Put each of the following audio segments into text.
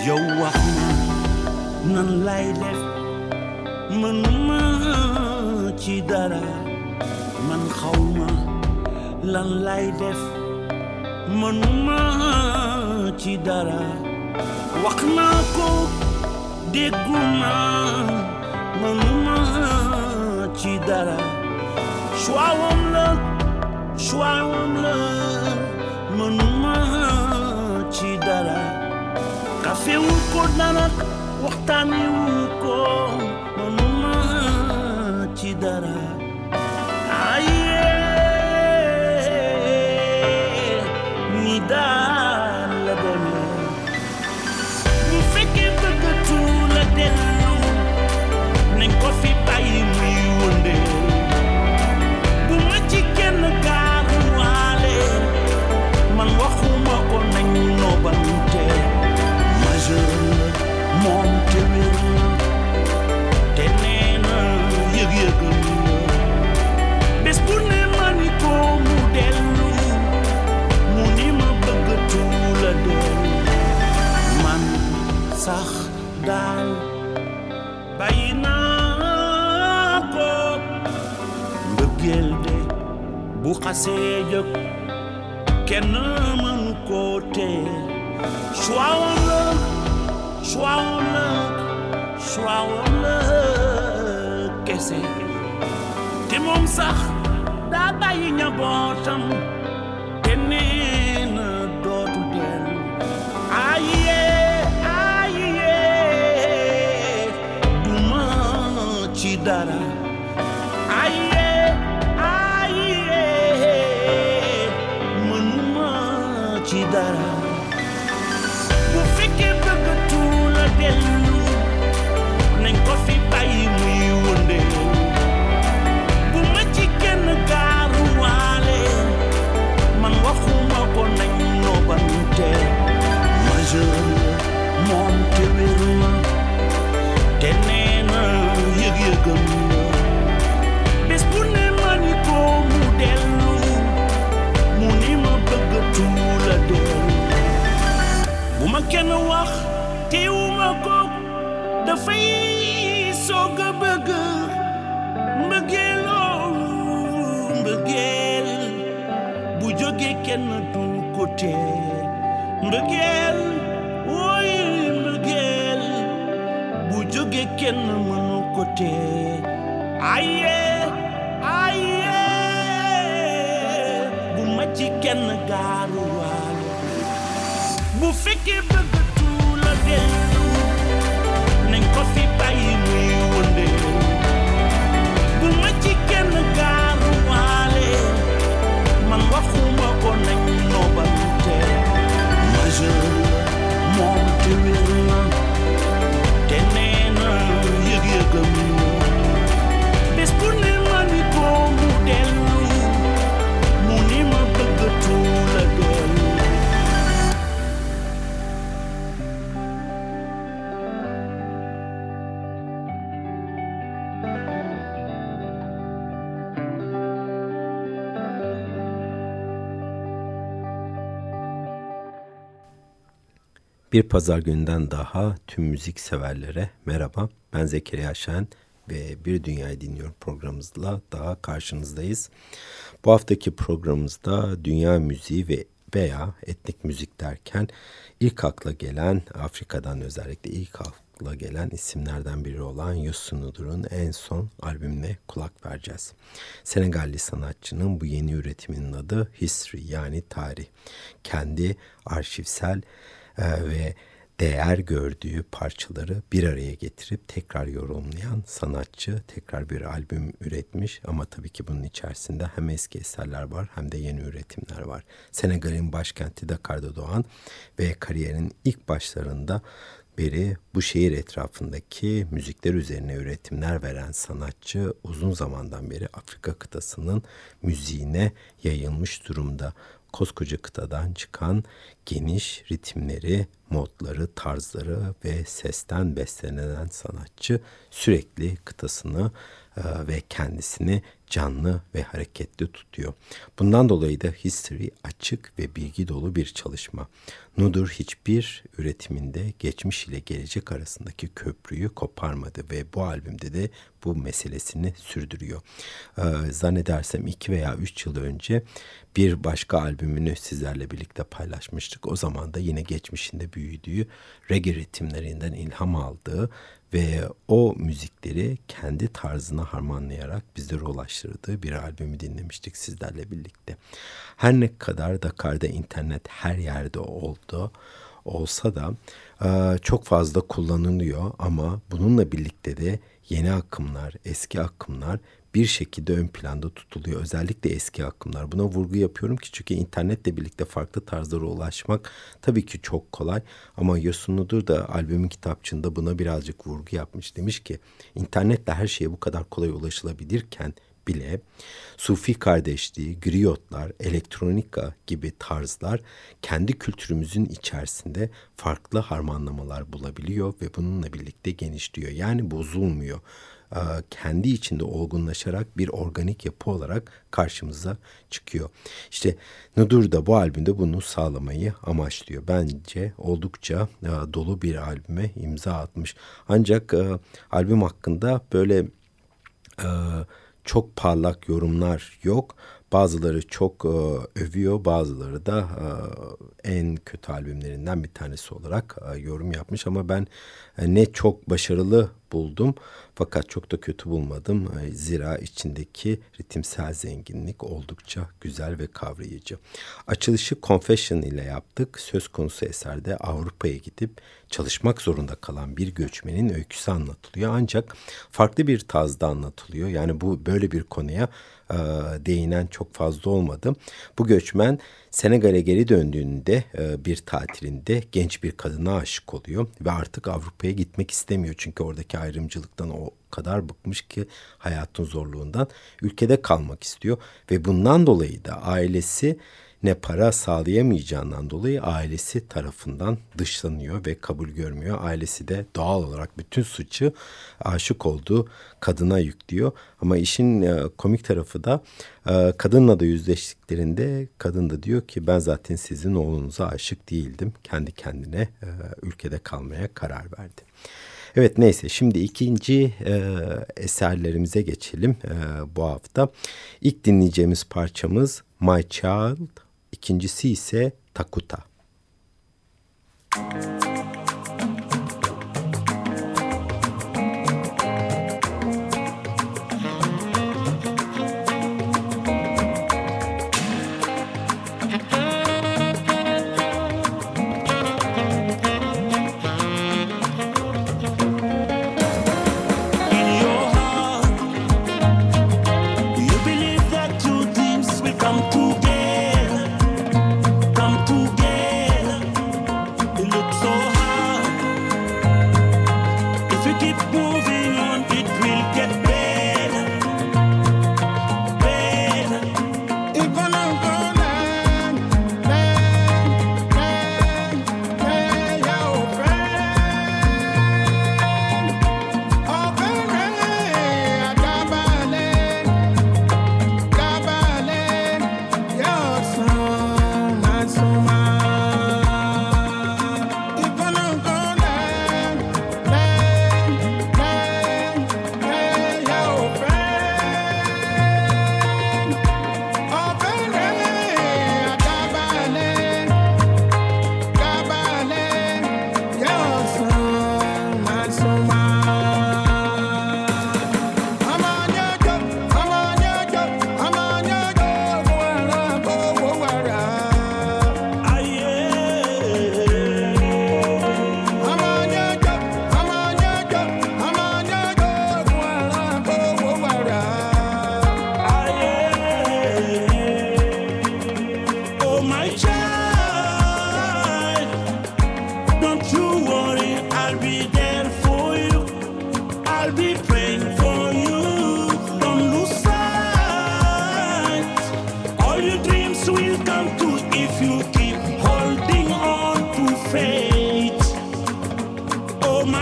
yow wax ma nan lay def mënuma ci dara man xawma lan lay def mënuma ci dara wax naa ko dégguma mënuma ci dara choix-wam la mënuma ci dara café wu ko dara waxtaane wu ko mënuma ci dara aye ni daal la demee bu fekkee bëggatu la dellu nañ ko fi bàyyi muy wëndeel bu ma ci kenn gaaruwaale man waxuma ko nañ nobante majeur moom te wér te nee na yëg-yëgam bés bu ne ma ni ko mu dellu mu ni ma bëggatu la dellu man sax daal bàyyi naa ko mbëggeel de bu xasee jóg kenn mënu ko tee choix-wam la kese te moom sax daa bàyyi njabootam te nee na dootu dellu aye du ma ci dara aye mënuma ci dara bu fekkee bëggatu la dellu nañ ko fi bàyyi muy wëndeel bu ma ci kenn gaaruwaale man waxuma ko nañ nobante majeur moom te wér ma te nee na yëg-yëgam bés bu ne ma ni ko mu dellu mu ni ma bëggatu la dellu bu ma kenn wax teewuma ko dafay soog a bëgg mbëggeel bu jógee kenn du ko tee mbëggeel bu jógee kenn mënu ko tee aye bu ma ci kenn gaaruwaale bu fekkee bëggatu la dellu nañ ko fi bàyyi muy wëndeel bu ma ci kenn gaaruwaale man waxuma ko nañ nobante majeur moom te wér na te nee na yëg-yëgam bés bu ne ma ni ko mu dellu mu ni ma bëggatu la dellu Bir pazar gününden daha tüm müzik severlere merhaba. Ben Zekeriya Şen ve Bir Dünyayı Dinliyorum programımızla daha karşınızdayız. Bu haftaki programımızda dünya müziği veya etnik müzik derken ilk akla gelen, Afrika'dan özellikle ilk akla gelen isimlerden biri olan Youssou N'Dour'un en son albümüne kulak vereceğiz. Senegalli sanatçının bu yeni üretiminin adı History yani tarih. Kendi arşivsel ve değer gördüğü parçaları bir araya getirip tekrar yorumlayan sanatçı tekrar bir albüm üretmiş ama tabii ki bunun içerisinde hem eski eserler var hem de yeni üretimler var. Senegal'in başkenti Dakar'da doğan ve kariyerin ilk başlarında beri bu şehir etrafındaki müzikler üzerine üretimler veren sanatçı uzun zamandan beri Afrika kıtasının müziğine yayılmış durumda. Koskoca kıtadan çıkan geniş ritimleri modları, tarzları ve sesten beslenen sanatçı sürekli kıtasını ve kendisini canlı ve hareketli tutuyor. Bundan dolayı da History açık ve bilgi dolu bir çalışma. Nudur hiçbir üretiminde geçmiş ile gelecek arasındaki köprüyü koparmadı ve bu albümde de bu meselesini sürdürüyor. Zannedersem 2 veya 3 yıl önce bir başka albümünü sizlerle birlikte paylaşmıştık. O zaman da yine geçmişinde büyüdüğü reggae ritimlerinden ilham aldığı ve o müzikleri kendi tarzına harmanlayarak bizlere ulaştırdığı bir albümü dinlemiştik sizlerle birlikte. Her ne kadar Dakar'da internet her yerde olsa da çok fazla kullanılıyor ama bununla birlikte de yeni akımlar, eski akımlar bir şekilde ön planda tutuluyor. Özellikle eski akımlar. Buna vurgu yapıyorum ki çünkü internetle birlikte farklı tarzlara ulaşmak tabii ki çok kolay. Ama Yosun Nudur da albümün kitapçığında buna birazcık vurgu yapmış. Demiş ki internetle her şeye bu kadar kolay ulaşılabilirken bile Sufi kardeşliği, griyotlar, elektronika gibi tarzlar kendi kültürümüzün içerisinde farklı harmanlamalar bulabiliyor ve bununla birlikte genişliyor. Yani bozulmuyor. Kendi içinde olgunlaşarak bir organik yapı olarak karşımıza çıkıyor. İşte Nudur da bu albümde bunu sağlamayı amaçlıyor. Bence oldukça dolu bir albüme imza atmış. Ancak albüm hakkında böyle çok parlak yorumlar yok. Bazıları çok övüyor, bazıları da en kötü albümlerinden bir tanesi olarak yorum yapmış. Ama ben ne çok başarılı buldum fakat çok da kötü bulmadım. Zira içindeki ritimsel zenginlik oldukça güzel ve kavrayıcı. Açılışı Confession ile yaptık. Söz konusu eserde Avrupa'ya gidip çalışmak zorunda kalan bir göçmenin öyküsü anlatılıyor. Ancak farklı bir tarzda anlatılıyor. Yani bu böyle bir konuya değinen çok fazla olmadı. Bu göçmen Senegal'e geri döndüğünde bir tatilinde genç bir kadına aşık oluyor ve artık Avrupa'ya gitmek istemiyor. Çünkü oradaki ayrımcılıktan o kadar bıkmış ki hayatın zorluğundan ülkede kalmak istiyor. Ve bundan dolayı da ailesi ne para sağlayamayacağından dolayı ailesi tarafından dışlanıyor ve kabul görmüyor. Ailesi de doğal olarak bütün suçu aşık olduğu kadına yüklüyor. Ama işin komik tarafı da kadınla da yüzleştiklerinde kadın da diyor ki ben zaten sizin oğlunuza aşık değildim. Kendi kendine ülkede kalmaya karar verdi. Evet neyse şimdi ikinci eserlerimize geçelim bu hafta. İlk dinleyeceğimiz parçamız My Child, ikincisi ise Takuta.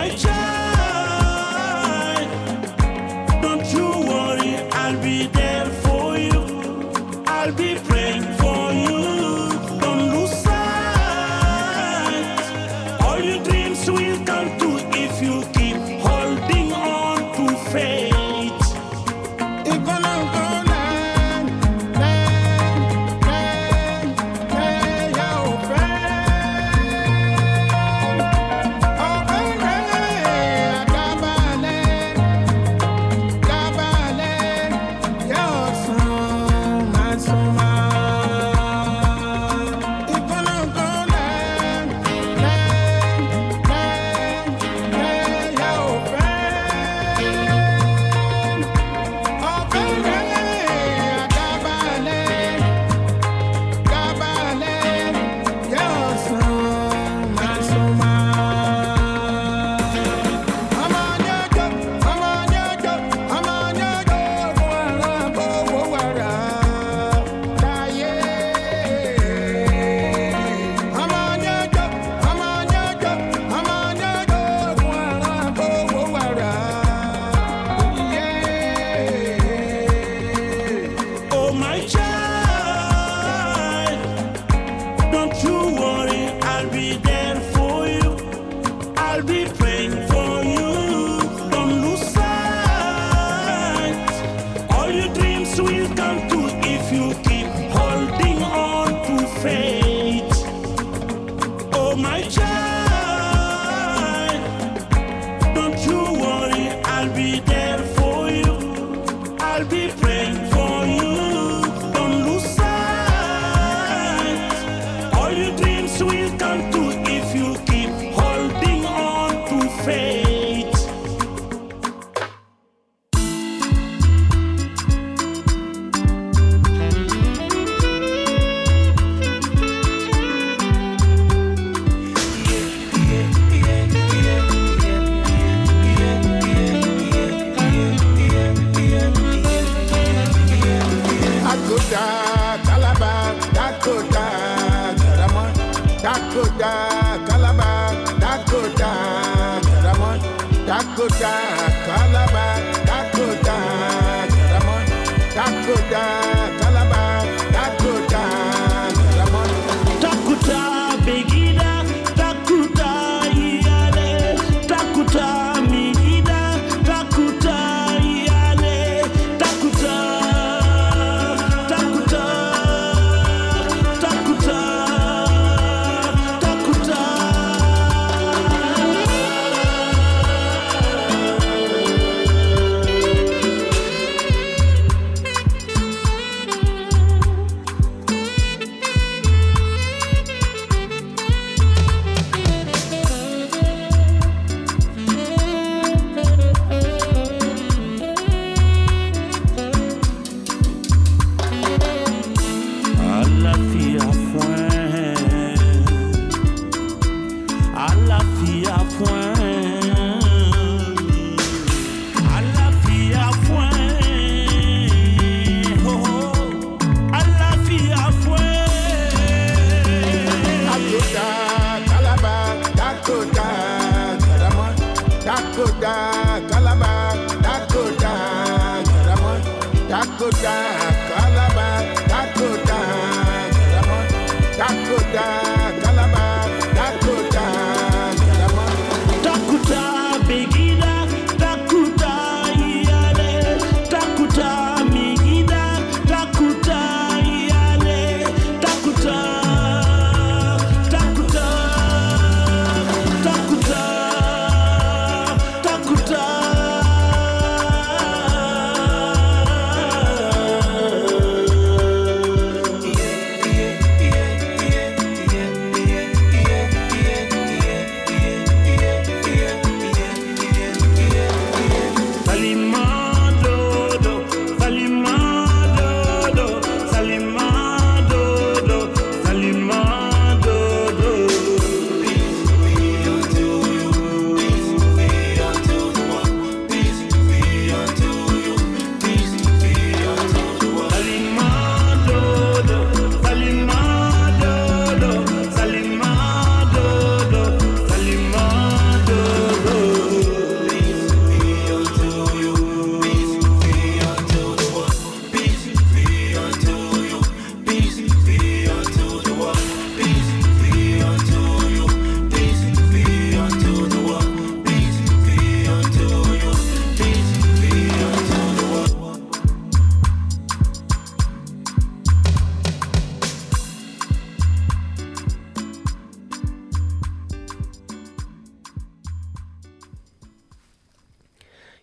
my child, don't you worry, I'll be there for you. I'll be praying for you. Don't lose sight. All your dreams will come true if you keep holding on to faith.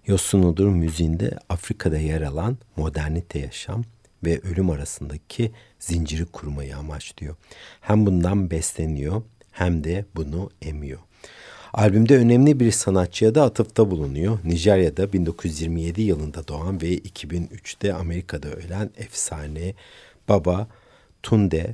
Yosun Nudur müziğinde Afrika'da yer alan modernite yaşam ve ölüm arasındaki zinciri kurmayı amaçlıyor. Hem bundan besleniyor hem de bunu emiyor. Albümde önemli bir sanatçıya da atıfta bulunuyor. Nijerya'da 1927 yılında doğan ve 2003'te Amerika'da ölen efsane Baba Tunde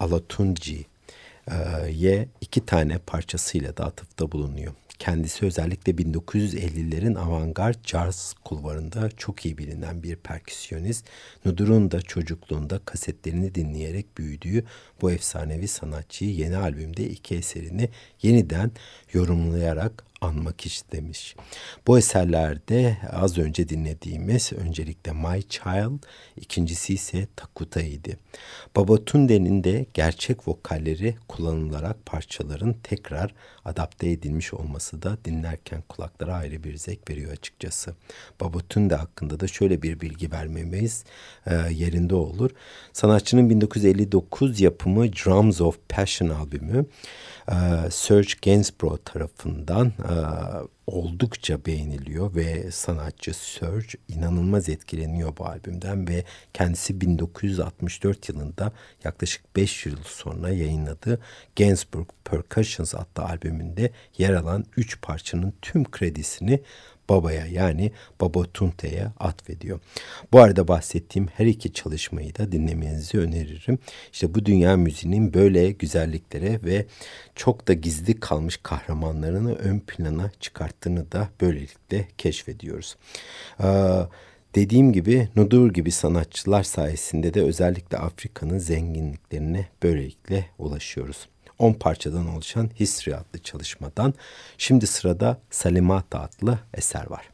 Olatunji'ye 2 tane parçasıyla da atıfta bulunuyor. Kendisi özellikle 1950'lerin avantgard caz kulvarında çok iyi bilinen bir perküsyonist. Nudur'un da çocukluğunda kasetlerini dinleyerek büyüdüğü bu efsanevi sanatçıyı yeni albümde 2 eserini yeniden yorumlayarak anmak istemiş. Bu eserlerde az önce dinlediğimiz öncelikle My Child, ikincisi ise Takuta'ydı. Babatunde'nin de gerçek vokalleri kullanılarak parçaların tekrar adapte edilmiş olması da dinlerken kulaklara ayrı bir zevk veriyor açıkçası. Babatunde hakkında da şöyle bir bilgi vermemiz yerinde olur. Sanatçının 1959 yapımı Drums of Passion albümü Serge Gainsbourg tarafından oldukça beğeniliyor ve sanatçı Serge inanılmaz etkileniyor bu albümden ve kendisi 1964 yılında yaklaşık 5 yıl sonra yayınladığı Gainsbourg Percussions adlı albümünde yer alan 3 parçanın tüm kredisini Baba'ya yani Babatunde'ye atfediyor. Bu arada bahsettiğim her 2 çalışmayı da dinlemenizi öneririm. İşte bu dünya müziğinin böyle güzelliklere ve çok da gizli kalmış kahramanlarını ön plana çıkarttığını da böylelikle keşfediyoruz. Dediğim gibi Nudur gibi sanatçılar sayesinde de özellikle Afrika'nın zenginliklerine böylelikle ulaşıyoruz. 10 parçadan oluşan History adlı çalışmadan şimdi sırada Salimata adlı eser var.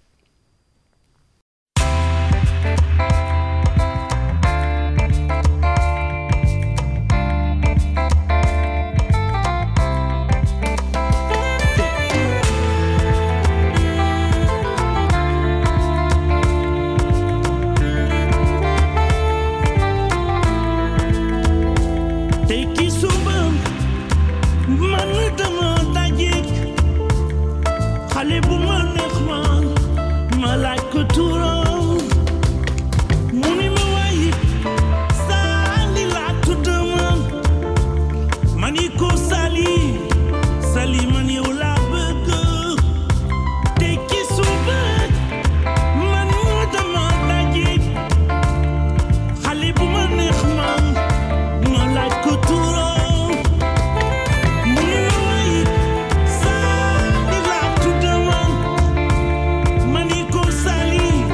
Xale bu ma neex ma laaj ko turam mu ni ma waaye Sali laa tudd ma ni ko Sali man yow laa bëgg tekki suba man dama daje xale bu ma neex ma laaj ko turam Sali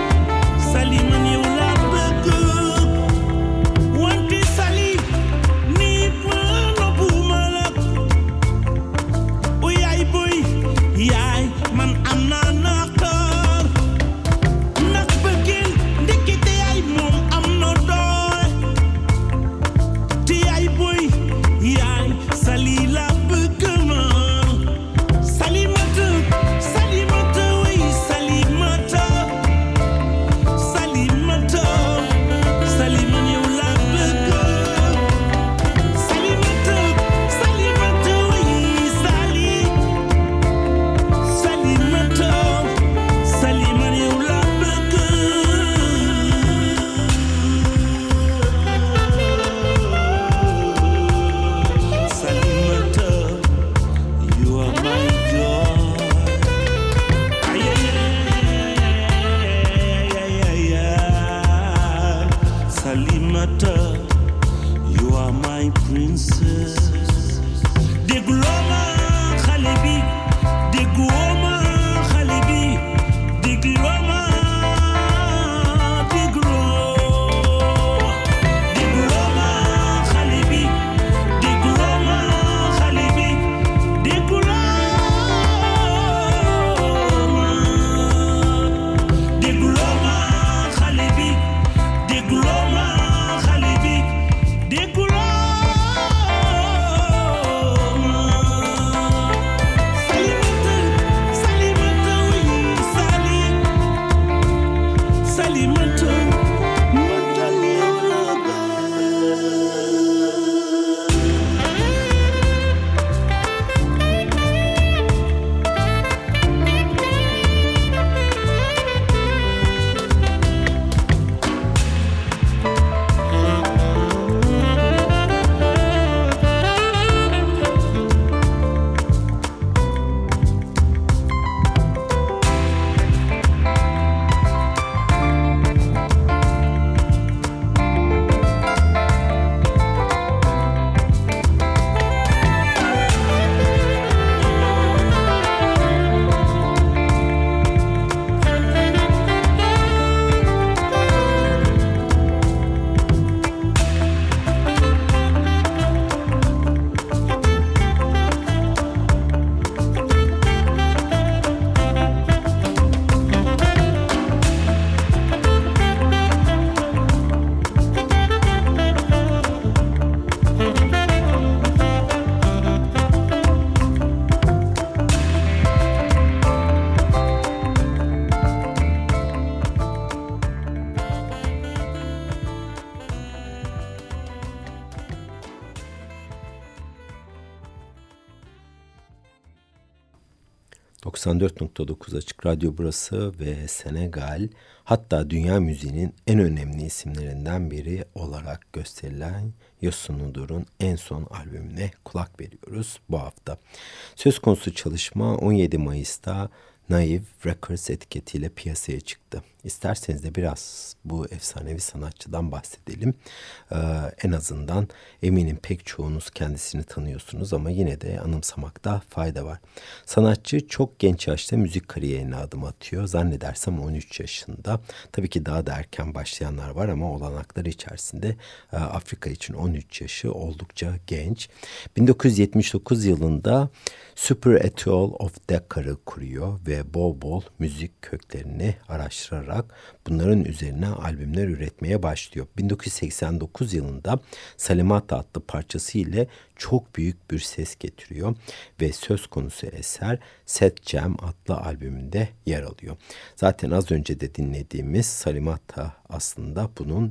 94.9 Açık Radyo burası ve Senegal, hatta dünya müziğinin en önemli isimlerinden biri olarak gösterilen Youssou N'Dour'un en son albümüne kulak veriyoruz bu hafta. Söz konusu çalışma 17 Mayıs'ta Naive Records etiketiyle piyasaya çıktı. İsterseniz de biraz bu efsanevi sanatçıdan bahsedelim. En azından eminim pek çoğunuz kendisini tanıyorsunuz ama yine de anımsamakta fayda var. Sanatçı çok genç yaşta müzik kariyerine adım atıyor. Zannedersem 13 yaşında. Tabii ki daha da erken başlayanlar var ama olanakları içerisinde Afrika için 13 yaşı oldukça genç. 1979 yılında Super Etoile of Dakar'ı kuruyor ve bol bol müzik köklerini araştırarak bunların üzerine albümler üretmeye başlıyor. 1989 yılında Salimata adlı parçası ile çok büyük bir ses getiriyor ve söz konusu eser Set Jam adlı albümünde yer alıyor. Zaten az önce de dinlediğimiz Salimata aslında bunun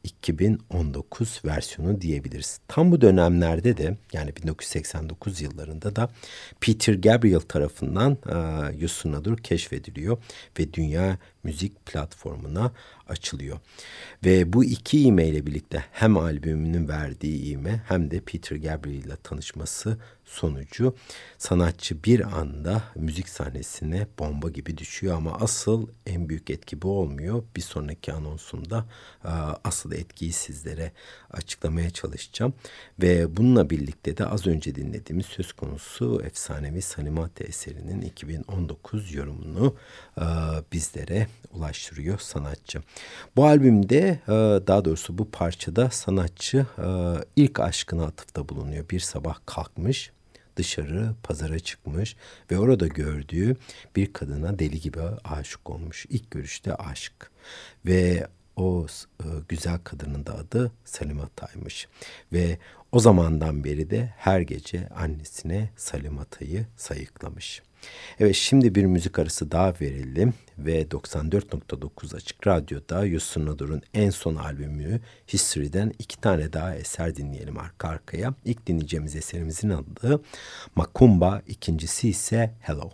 2019 versiyonu diyebiliriz. Tam bu dönemlerde de yani 1989 yıllarında da Peter Gabriel tarafından Youssou N'Dour keşfediliyor ve dünya müzik platformuna açılıyor. Ve bu iki ivme ile birlikte hem albümünün verdiği ivme hem de Peter Gabriel ile tanışması sonucu sanatçı bir anda müzik sahnesine bomba gibi düşüyor ama asıl en büyük etki bu olmuyor. Bir sonraki anonsumda asıl etkiyi sizlere açıklamaya çalışacağım. Ve bununla birlikte de az önce dinlediğimiz söz konusu efsanevi Salimata eserinin 2019 yorumunu bizlere ulaştırıyor sanatçı. Bu albümde daha doğrusu bu parçada sanatçı ilk aşkına atıfta bulunuyor. Bir sabah kalkmış, dışarı pazara çıkmış ve orada gördüğü bir kadına deli gibi aşık olmuş. İlk görüşte aşk ve o güzel kadının da adı Salimata'ymış ve o zamandan beri de her gece annesine Salimata'yı sayıklamış. Evet, şimdi bir müzik arası daha verelim ve 94.9 Açık Radyo'da Youssou N'Dour'un en son albümü History'den 2 tane daha eser dinleyelim arka arkaya. İlk dinleyeceğimiz eserimizin adı Makumba, ikincisi ise Hello.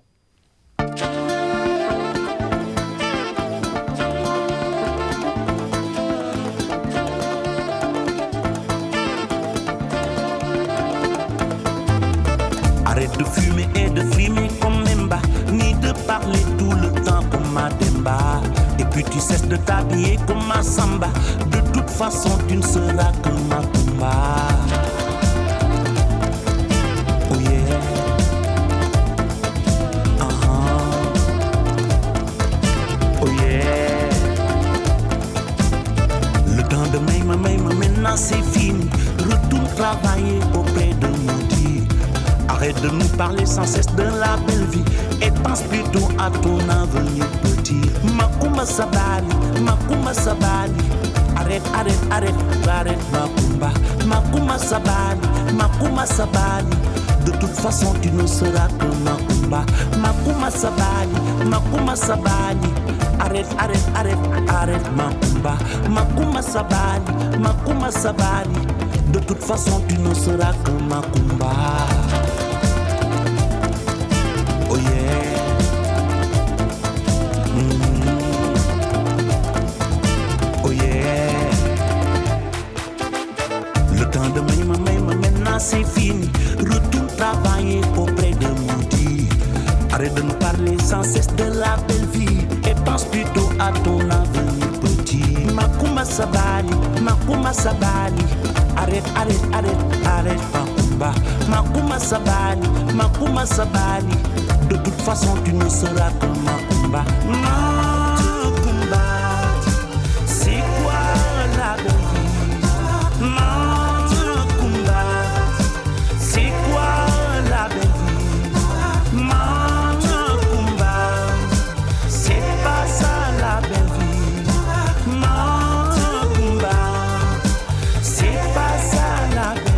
Arrête de fumer et de frimer comme Memba, ni de parler tout le temps comme Mademba. Et puis tu cesses de t'habiller comme Massamba. De toute façon tu ne seras que Makumba. Oh yeah. Oh yeah. Le temps de Maïma maintenant c'est fini. Retourne travailler auprès de Moudi. Arrête de nous parler sans cesse de la belle vie et pense plutôt à ton avenir petit. Makumba Sabali, Makumba Sabali. Arrête, arrête, arrête, arrête Makumba. Makumba Sabali, Makumba Sabali. De toute façon tu ne seras que Makumba. Makumba Sabali, Makumba Sabali. Arrête, arrête, arrête, arrête Makumba. Makumba Sabali, Makumba Sabali. De toute façon tu ne seras que Makumba. Oh yeah. Oh yeah. Le temps de Maïma maintenant c'est fini. Retourne travailler auprès de Moudi. Arrête de nous parler sans cesse de la belle vie et pense plutôt à ton avenir petit. Makumba Sabali, Makumba Sabali. Arrête, arrête, arrête, arrête Makumba. Makumba Sabali, Makumba Sabali. De toute façon tu ne seras que Makumba. Makumba, c'est quoi la belle vie? Makumba, c'est quoi la belle vie? Makumba, c'est pas ça la belle vie. Makumba, c'est pas ça la belle vie.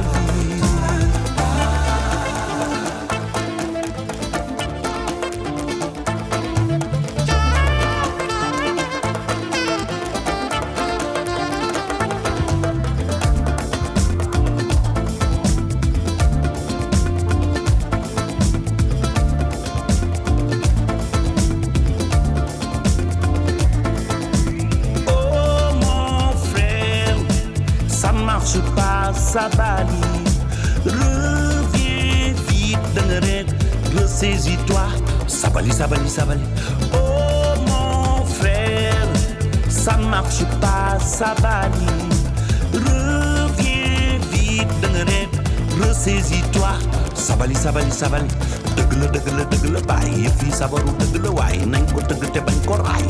Sabali. Reviens vite dans le rêve, ressaisis-toi. Sabali, Sabali, Sabali. Oh mon frère, ça marche pas, Sabali. Reviens vite dans le rêve, ressaisis-toi. Sabali, Sabali, Sabali. Dëgg la bàyyi fii sabaru dëgg la waaye nañ ko tëgg te bañ ko raay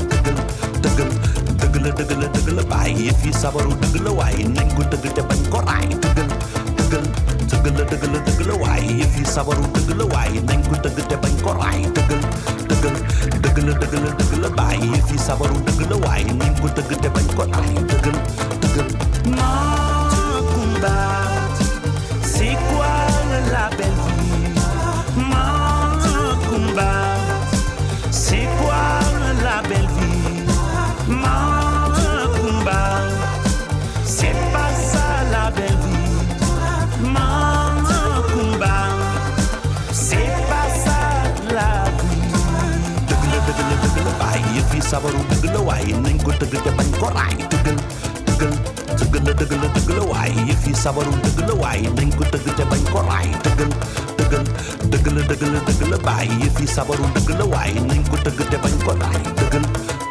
dëgg la bàyyi fii sabaru dëgg la waaye nañ ko tëgg te bañ ko raay dëgg la waaye fii sabaru dëgg la waaye nañ ko tëgg te bañ ko raay dëgg la bàyyi fii sabaru dëgg la waaye nañ ko tëgg te bañ ko raay dëggal Macoumba, c'est quoi la belle vie? Macoumba, c'est quoi la belle vie? Macoumba, c'est pas ça la belle vie. Macoumba, c'est pas ça la vie. Dëgg la bàyyi fi sabaru dëgg la waaye nañ ko tëgg te bañ ko raay dëgg la waaye fi sabaru dëgg la waaye nañ ko tëgg te bañ ko raay dëgg la bàyyi fi sabaru dëgg la waaye nañ ko tëgg te bañ ko raay dëggal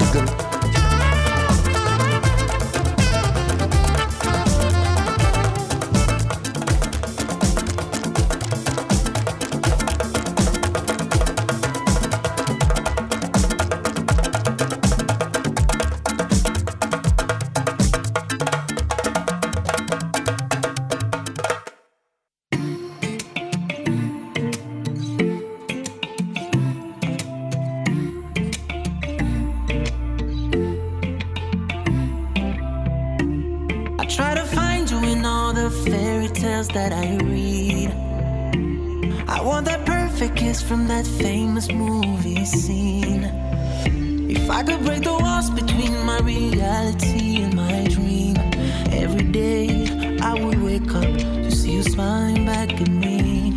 that I read. I want that perfect kiss from that famous movie scene. If I could break the walls between my reality and my dream, every day I would wake up to see you smiling back at me.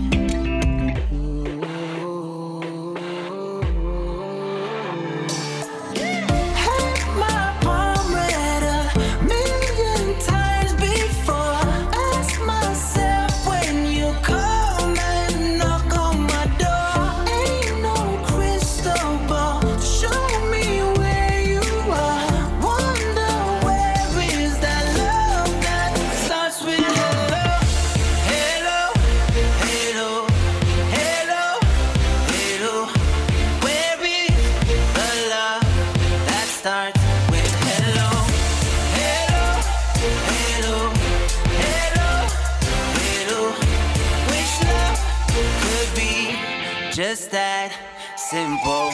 Just that simple.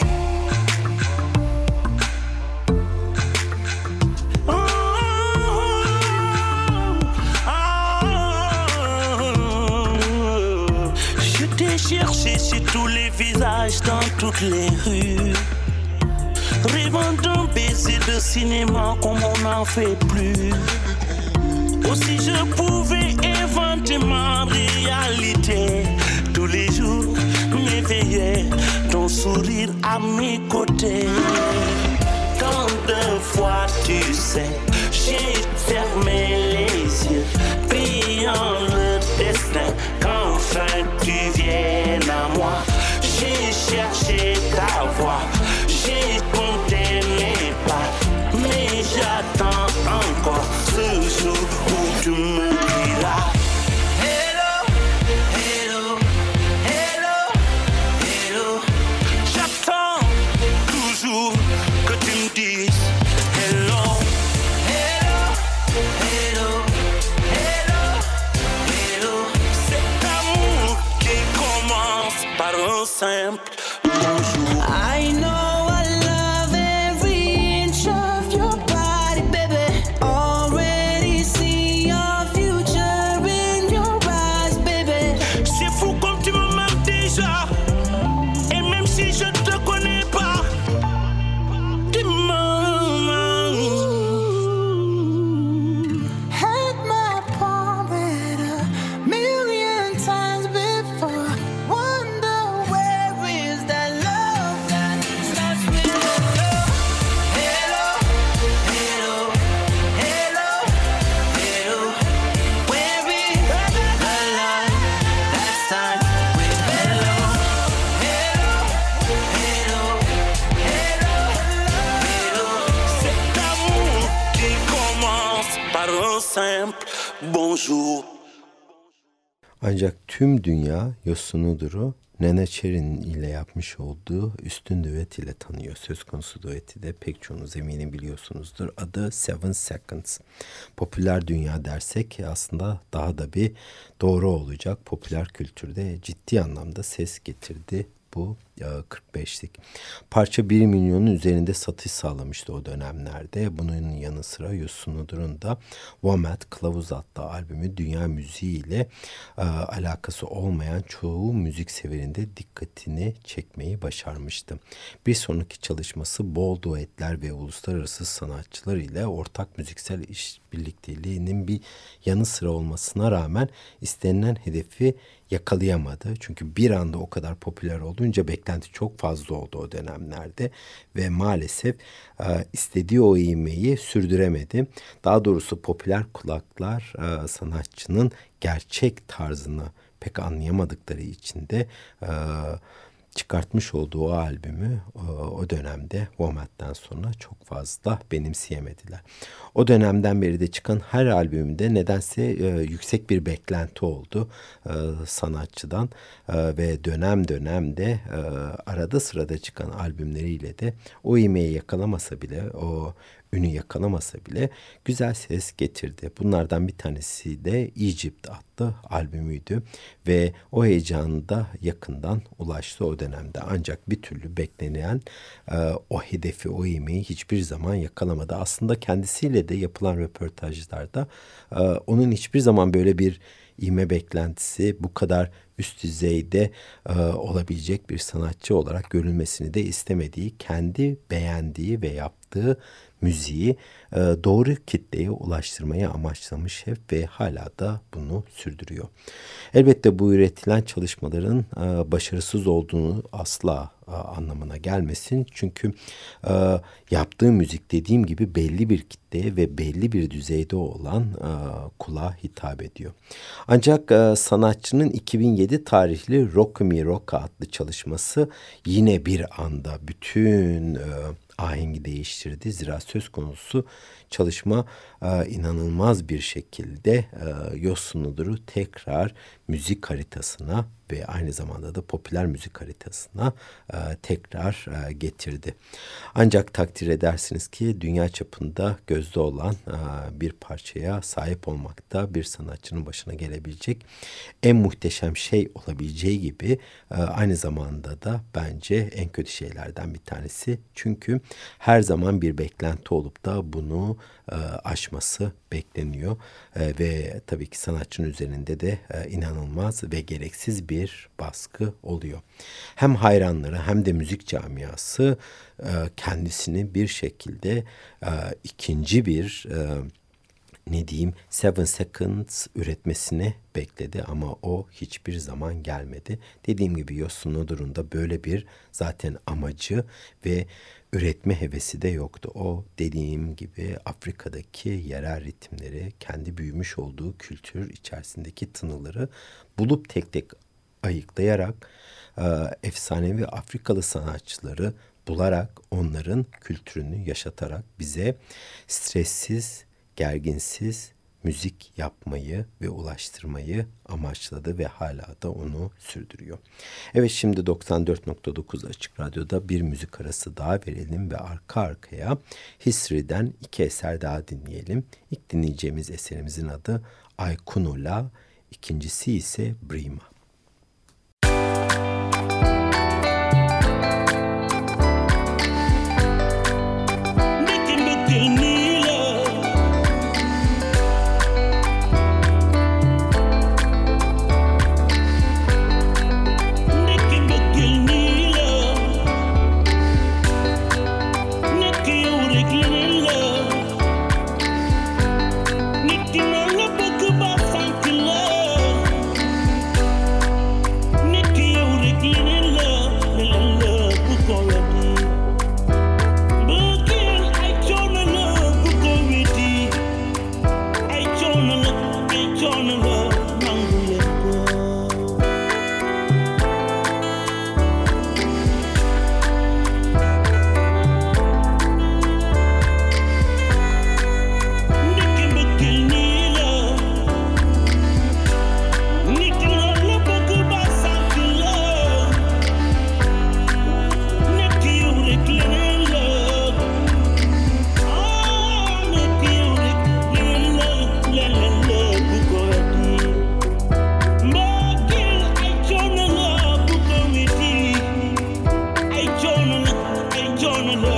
Je t'ai cherché sur tous les visages, dans toutes les rues, rêvant d'un baiser de cinéma comme on n'en fait plus. Aussi je pouvais inventer ma réalité. Tous les jours m'éveillais, ton sourire à mes côtés. Tant de fois, tu sais, j'ai fermé les yeux, priant le destin qu'enfin tu viennes à moi. J'ai cherché ta voix, j'ai compté mes pas, mais j'attends encore ce jour où tu me diras. Que tu me dises hello, simple bonjour. Ancak tüm dünya Yosunudur'u Neneh Cherry'nin ile yapmış olduğu üstün düet ile tanıyor. Söz konusu düeti de pek çoğunuz eminim biliyorsunuzdur. Adı 7 Seconds. Popüler dünya dersek aslında daha da bir doğru olacak. Popüler kültürde ciddi anlamda ses getirdi bu 45'lik. Parça 1 milyonun üzerinde satış sağlamıştı o dönemlerde. Bunun yanı sıra Yosunudur'un da WOMAD Kılavuz adlı albümü dünya müziği ile alakası olmayan çoğu müzik severinde dikkatini çekmeyi başarmıştı. Bir sonraki çalışması bol duetler ve uluslararası sanatçılar ile ortak müziksel işbirlikteliğinin bir yanı sıra olmasına rağmen istenilen hedefi yakalayamadı. Çünkü bir anda o kadar popüler olunca beklenti çok fazla oldu o dönemlerde ve maalesef istediği o ivmeyi sürdüremedi. Daha doğrusu popüler kulaklar sanatçının gerçek tarzını pek anlayamadıkları için de çıkartmış olduğu o albümü o dönemde WOMAD'den sonra çok fazla benimseyemediler. O dönemden beri de çıkan her albümünde nedense yüksek bir beklenti oldu sanatçıdan ve dönem de arada sırada çıkan albümleriyle de o ivmeyi yakalamasa bile, o ünü yakalamasa bile güzel ses getirdi. Bunlardan bir tanesi de Egypt adlı albümüydü ve o heyecanı da yakından ulaştı o dönemde. Ancak bir türlü beklenen o hedefi, o ivmeyi hiçbir zaman yakalamadı. Aslında kendisiyle de yapılan röportajlarda onun hiçbir zaman böyle bir ivme beklentisi, bu kadar üst düzeyde olabilecek bir sanatçı olarak görülmesini de istemediği, kendi beğendiği ve yaptığı müziği doğru kitleye ulaştırmayı amaçlamış hep ve hala da bunu sürdürüyor. Elbette bu üretilen çalışmaların başarısız olduğunu asla anlamına gelmesin. Çünkü yaptığı müzik dediğim gibi belli bir kitleye ve belli bir düzeyde olan kulağa hitap ediyor. Ancak sanatçının 2007 tarihli Rock Me Rock adlı çalışması yine bir anda bütün ahengi değiştirdi. Zira söz konusu çalışma inanılmaz bir şekilde Yosunudur'u tekrar müzik haritasına ve aynı zamanda da popüler müzik haritasına tekrar getirdi. Ancak takdir edersiniz ki dünya çapında gözde olan bir parçaya sahip olmak da bir sanatçının başına gelebilecek en muhteşem şey olabileceği gibi aynı zamanda da bence en kötü şeylerden bir tanesi. Çünkü her zaman bir beklenti olup da bunu aşması bekleniyor ve tabii ki sanatçının üzerinde de inanılmaz ve gereksiz bir baskı oluyor. Hem hayranları hem de müzik camiası kendisini bir şekilde ikinci bir 7 Seconds üretmesini bekledi ama o hiçbir zaman gelmedi. Dediğim gibi Yosunudur'un da böyle bir zaten amacı ve üretme hevesi de yoktu. O dediğim gibi Afrika'daki yerel ritimleri, kendi büyümüş olduğu kültür içerisindeki tınıları bulup tek tek ayıklayarak efsanevi Afrikalı sanatçıları bularak onların kültürünü yaşatarak bize stressiz, gerginsiz müzik yapmayı ve ulaştırmayı amaçladı ve hala da onu sürdürüyor. Evet, şimdi 94.9 Açık Radyo'da bir müzik arası daha verelim ve arka arkaya History'den 2 eser daha dinleyelim. İlk dinleyeceğimiz eserimizin adı Aykunula, ikincisi ise Brima.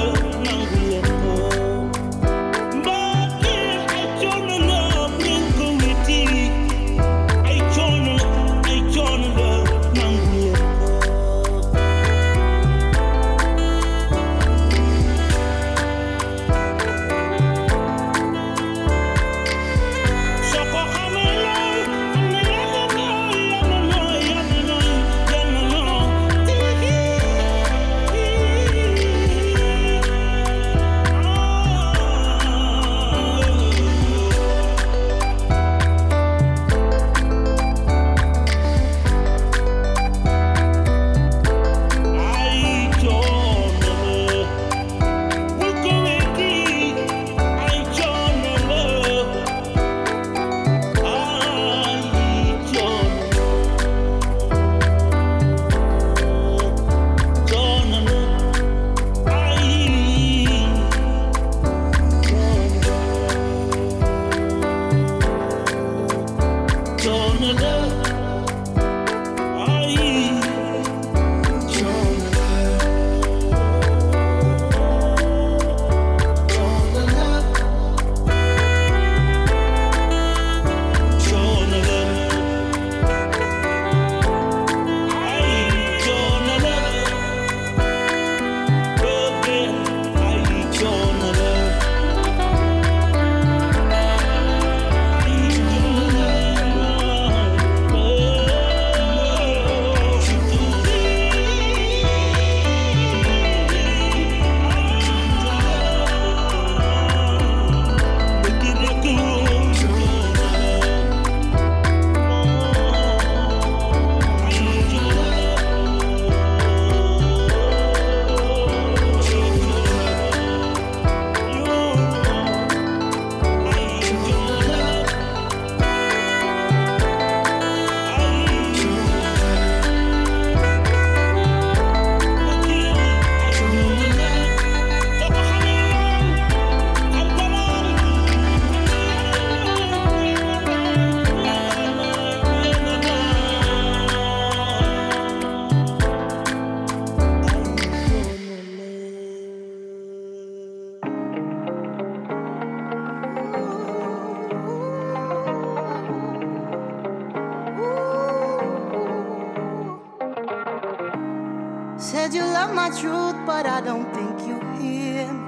Said you love my truth, but I don't think you hear me.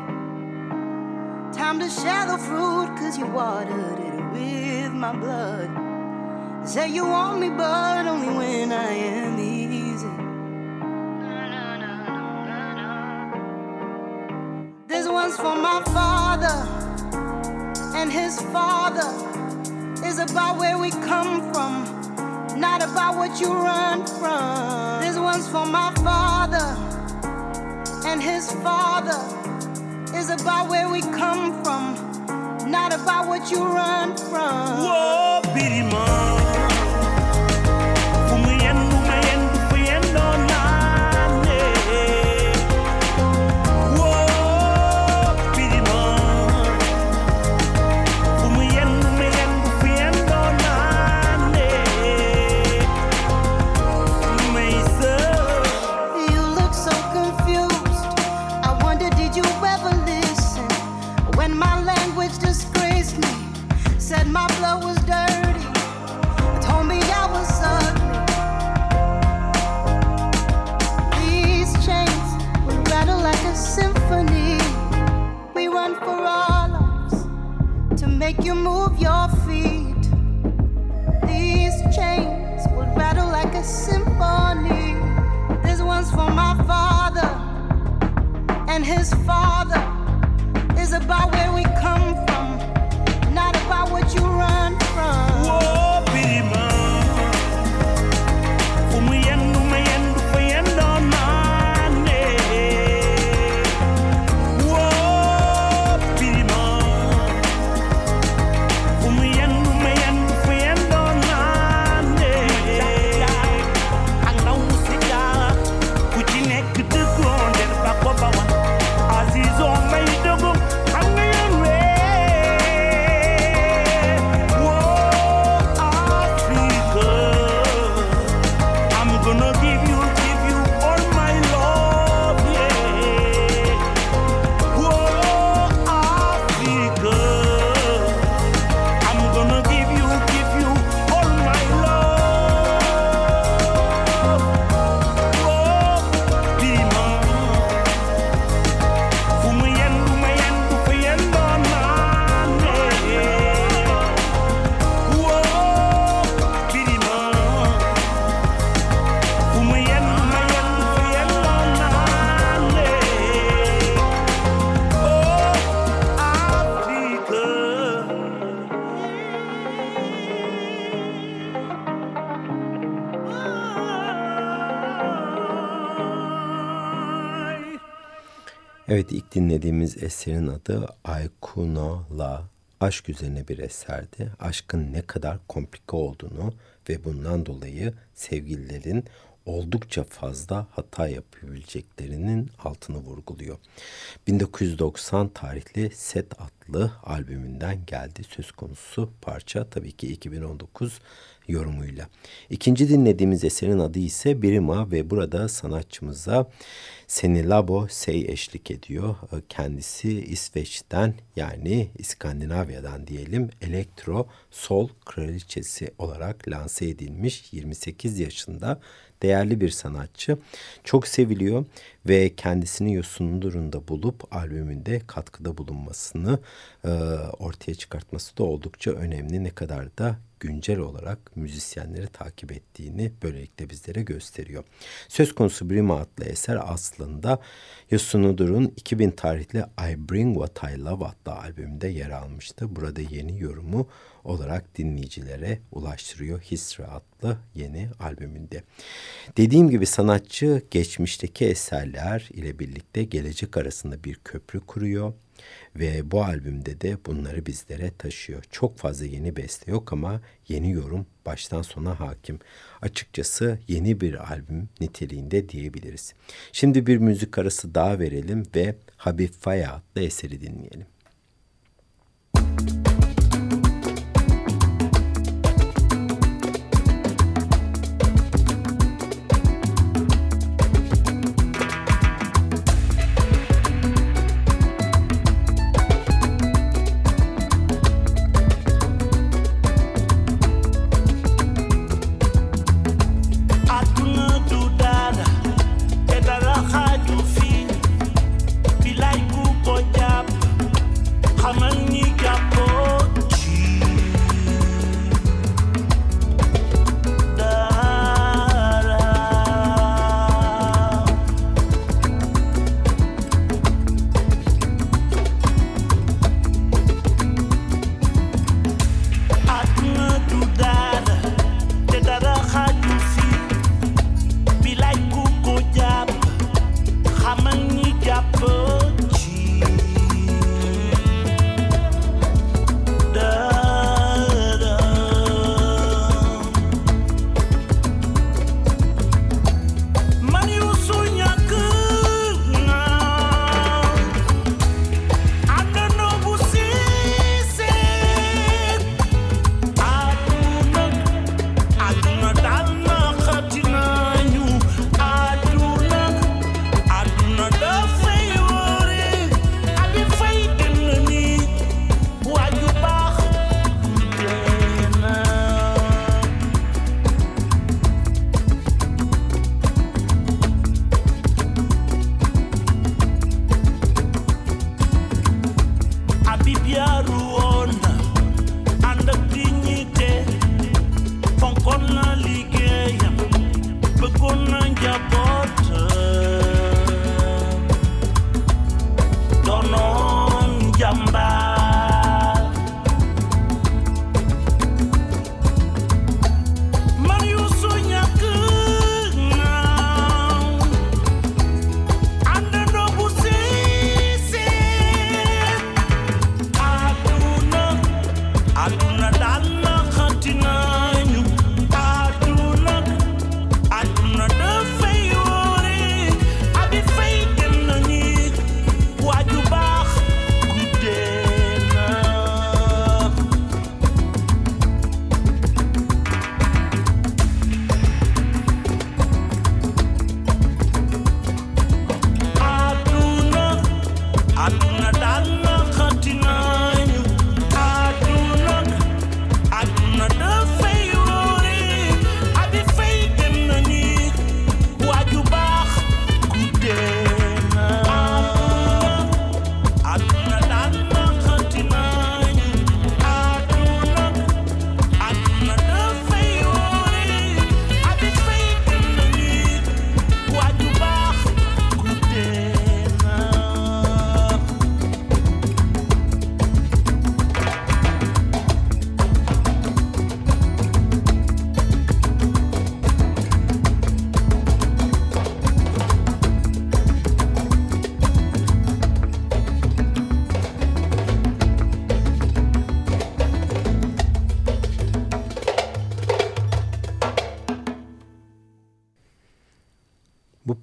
Time to share the fruit, cause you watered it with my blood. Say you want me, but only when I am easy. This one's for my father, and his father is about where we come from, not about what you run from. This one's for my father, and his father is about where we come from, not about what you run from. Whoa, Birima. Said my blood was dirty, told me I was ugly. These chains would rattle like a symphony. We run for our lives to make you move your feet. These chains would rattle like a symphony. This one's for my father, and his father is about where we come from, not about what you run from. Whoa, Birima. Aziz on Evet, ilk dinlediğimiz eserin adı Aikuno La. Aşk üzerine bir eserdi. Aşkın ne kadar komplike olduğunu ve bundan dolayı sevgililerin oldukça fazla hata yapabileceklerinin altını vurguluyor. 1990 tarihli Set adlı albümünden geldi söz konusu parça, tabii ki 2019 yorumuyla. İkinci dinlediğimiz eserin adı ise Birima ve burada sanatçımıza Senilabo Sey eşlik ediyor. Kendisi İsveç'ten, yani İskandinavya'dan diyelim, elektro sol kraliçesi olarak lanse edilmiş 28 yaşında değerli bir sanatçı. Çok seviliyor ve kendisini Yosun Durun'da bulup albümünde katkıda bulunmasını ortaya çıkartması da oldukça önemli. Ne kadar da güncel olarak müzisyenleri takip ettiğini böylelikle bizlere gösteriyor. Söz konusu Birima adlı eser aslında Yosun Durun 2000 tarihli I Bring What I Love adlı albümünde yer almıştı. Burada yeni yorumu olarak dinleyicilere ulaştırıyor History adlı yeni albümünde. Dediğim gibi sanatçı geçmişteki eserler ile birlikte gelecek arasında bir köprü kuruyor ve bu albümde de bunları bizlere taşıyor. Çok fazla yeni beste yok ama yeni yorum baştan sona hakim. Açıkçası yeni bir albüm niteliğinde diyebiliriz. Şimdi bir müzik arası daha verelim ve Habib Faye adlı eseri dinleyelim.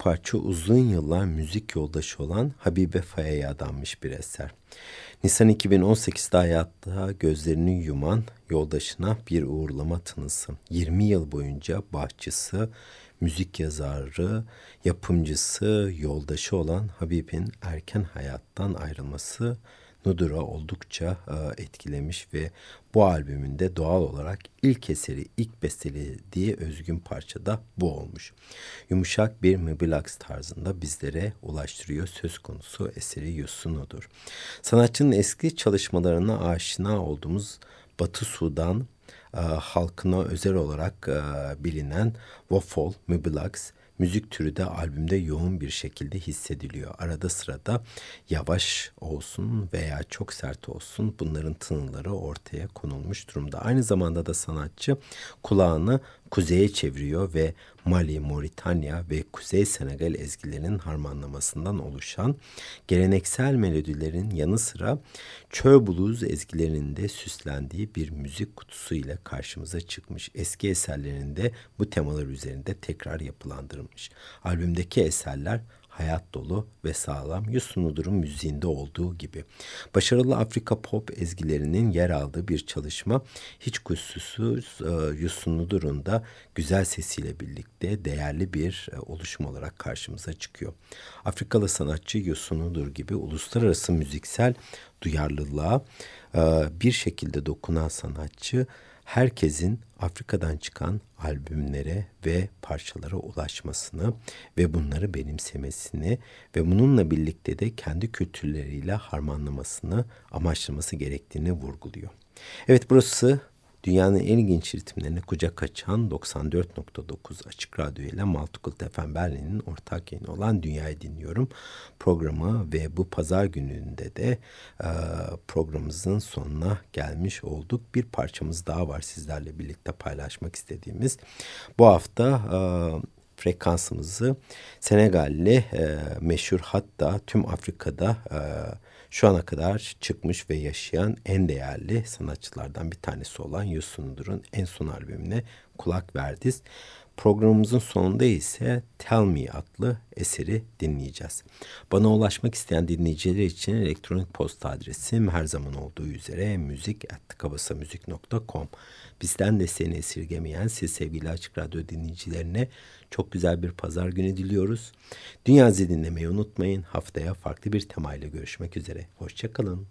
parça uzun yıllar müzik yoldaşı olan Habibe Faya'ya adanmış bir eser. Nisan 2018'de hayatta gözlerini yuman yoldaşına bir uğurlama tınısı. 20 yıl boyunca bahçısı, müzik yazarı, yapımcısı, yoldaşı olan Habib'in erken hayattan ayrılması Nudur'u oldukça etkilemiş ve bu albümünde doğal olarak ilk eseri, ilk bestelediği özgün parça da bu olmuş. Yumuşak bir Mıbılaks tarzında bizlere ulaştırıyor söz konusu eseri Youssou N'Dour. Sanatçının eski çalışmalarına aşina olduğumuz Batı Sudan halkına özel olarak bilinen Wafol, Mıbılaks müzik türü de albümde yoğun bir şekilde hissediliyor. Arada sırada yavaş olsun veya çok sert olsun bunların tınıları ortaya konulmuş durumda. Aynı zamanda da sanatçı kulağını kuzeye çeviriyor ve Mali, Moritanya ve Kuzey Senegal ezgilerinin harmanlamasından oluşan geleneksel melodilerin yanı sıra çöl blues ezgilerinin de süslendiği bir müzik kutusu ile karşımıza çıkmış. Eski eserlerinde bu temalar üzerinde tekrar yapılandırılmış. Albümdeki eserler hayat dolu ve sağlam, Youssou N'Dour'un müziğinde olduğu gibi. Başarılı Afrika pop ezgilerinin yer aldığı bir çalışma, hiç kuşkusuz Youssou N'Dour'un da güzel sesiyle birlikte değerli bir oluşum olarak karşımıza çıkıyor. Afrikalı sanatçı Youssou N'Dour gibi uluslararası müziksel duyarlılığa bir şekilde dokunan sanatçı, herkesin Afrika'dan çıkan albümlere ve parçalara ulaşmasını ve bunları benimsemesini ve bununla birlikte de kendi kültürleriyle harmanlamasını amaçlaması gerektiğini vurguluyor. Evet, burası dünyanın en ilginç ritimlerine kucak açan 94.9 Açık Radyo ile Multicult FM Berlin'in ortak yayını olan Dünyayı Dinliyorum programı ve bu pazar gününde de programımızın sonuna gelmiş olduk. Bir parçamız daha var sizlerle birlikte paylaşmak istediğimiz. Bu hafta frekansımızı Senegalli meşhur, hatta tüm Afrika'da şu ana kadar çıkmış ve yaşayan en değerli sanatçılardan bir tanesi olan Youssou N'Dour'un en son albümüne kulak verdik. Programımızın sonunda ise Tell Me adlı eseri dinleyeceğiz. Bana ulaşmak isteyen dinleyiciler için elektronik posta adresim her zaman olduğu üzere müzik@kabasamüzik.com. Bizden desteğini esirgemeyen siz sevgili Açık Radyo dinleyicilerine çok güzel bir pazar günü diliyoruz. Dünyayı dinlemeyi unutmayın. Haftaya farklı bir temayla görüşmek üzere. Hoşça kalın.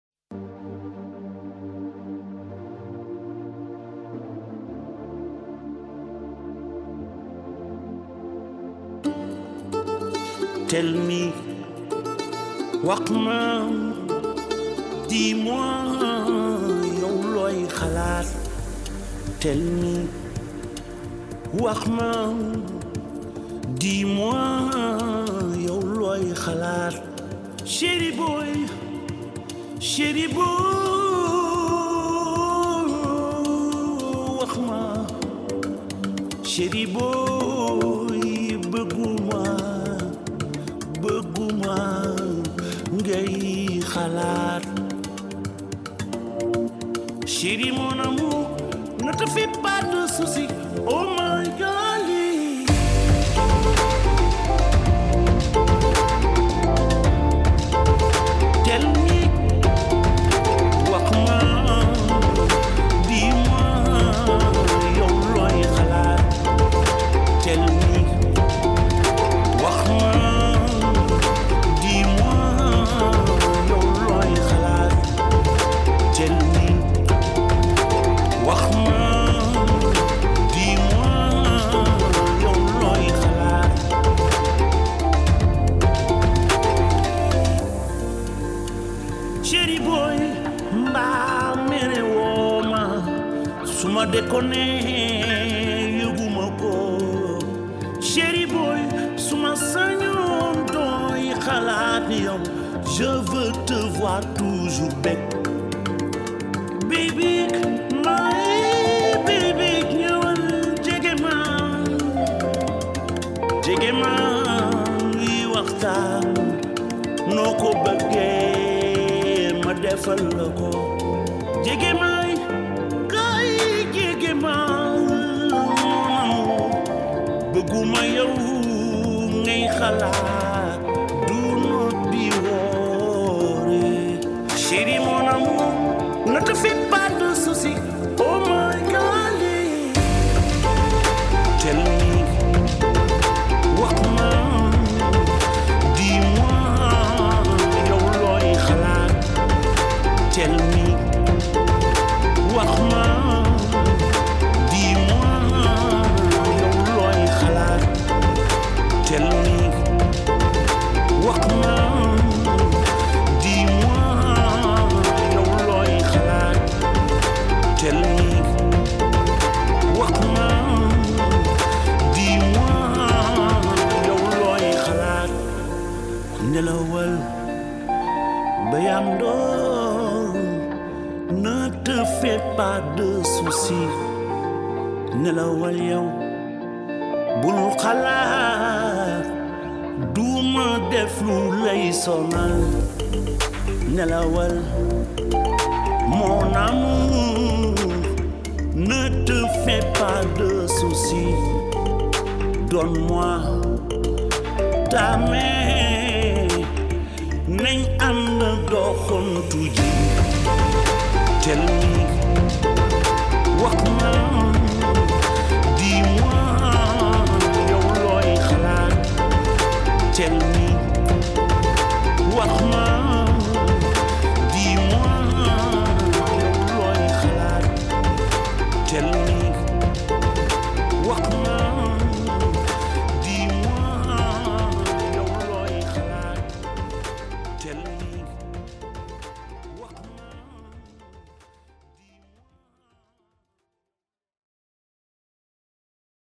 Tell me, wax ma, dis-moi, yow looy xalaat. Tell me, wax ma, dis-moi, yow looy xalaat. Chéri boy, wax ma, chéri boy, bëgguma ngay xalaat. Chéri mon amour, ne te fais pas de soucis, oh my darling. Tell me, wax ma, dis-moi, yow looy xalaat. Tell me, wax ma, dis-moi, yow looy xalaat. Tell me, wax ma, dis-moi, yow looy xalaat. Chéri boy, mbaa mere woo ma su ma déconné yëguma ko. Chéri boy, su ma sañoon dooy xalaat yow. Je veux te voir toujours bête. Baby, my baby, ñëwal jege ma ngi waxtaan. Noo ko bëggee ma defal la ko. Jege may kay jege ma, bëgguma yow ngay xalaat do not be worried. Chérie mon amour, ne te fais pas de soucis. Oh my darling, tell me, wax ma, dis-moi yow looy xalaat. Tell me, wax ma, dis-moi yow looy xalaat. Tell me, wax ma, dis-moi yow looy xalaat. Tell me, wax ma, dis-moi yow looy xalaat. Nelawal bayam doon, ne te fais pas de soucis. Nelawal yow bul xalaat, duma def lu lay sonal. Nelawal mon amour, ne te fais pas de soucis. Donne-moi ta main, nañ ànd doxantu ji. Tell me, wax ma, dis-moi yow looy xalaat. Tell me, wax ma, dis-moi yow looy xalaat. Tell me.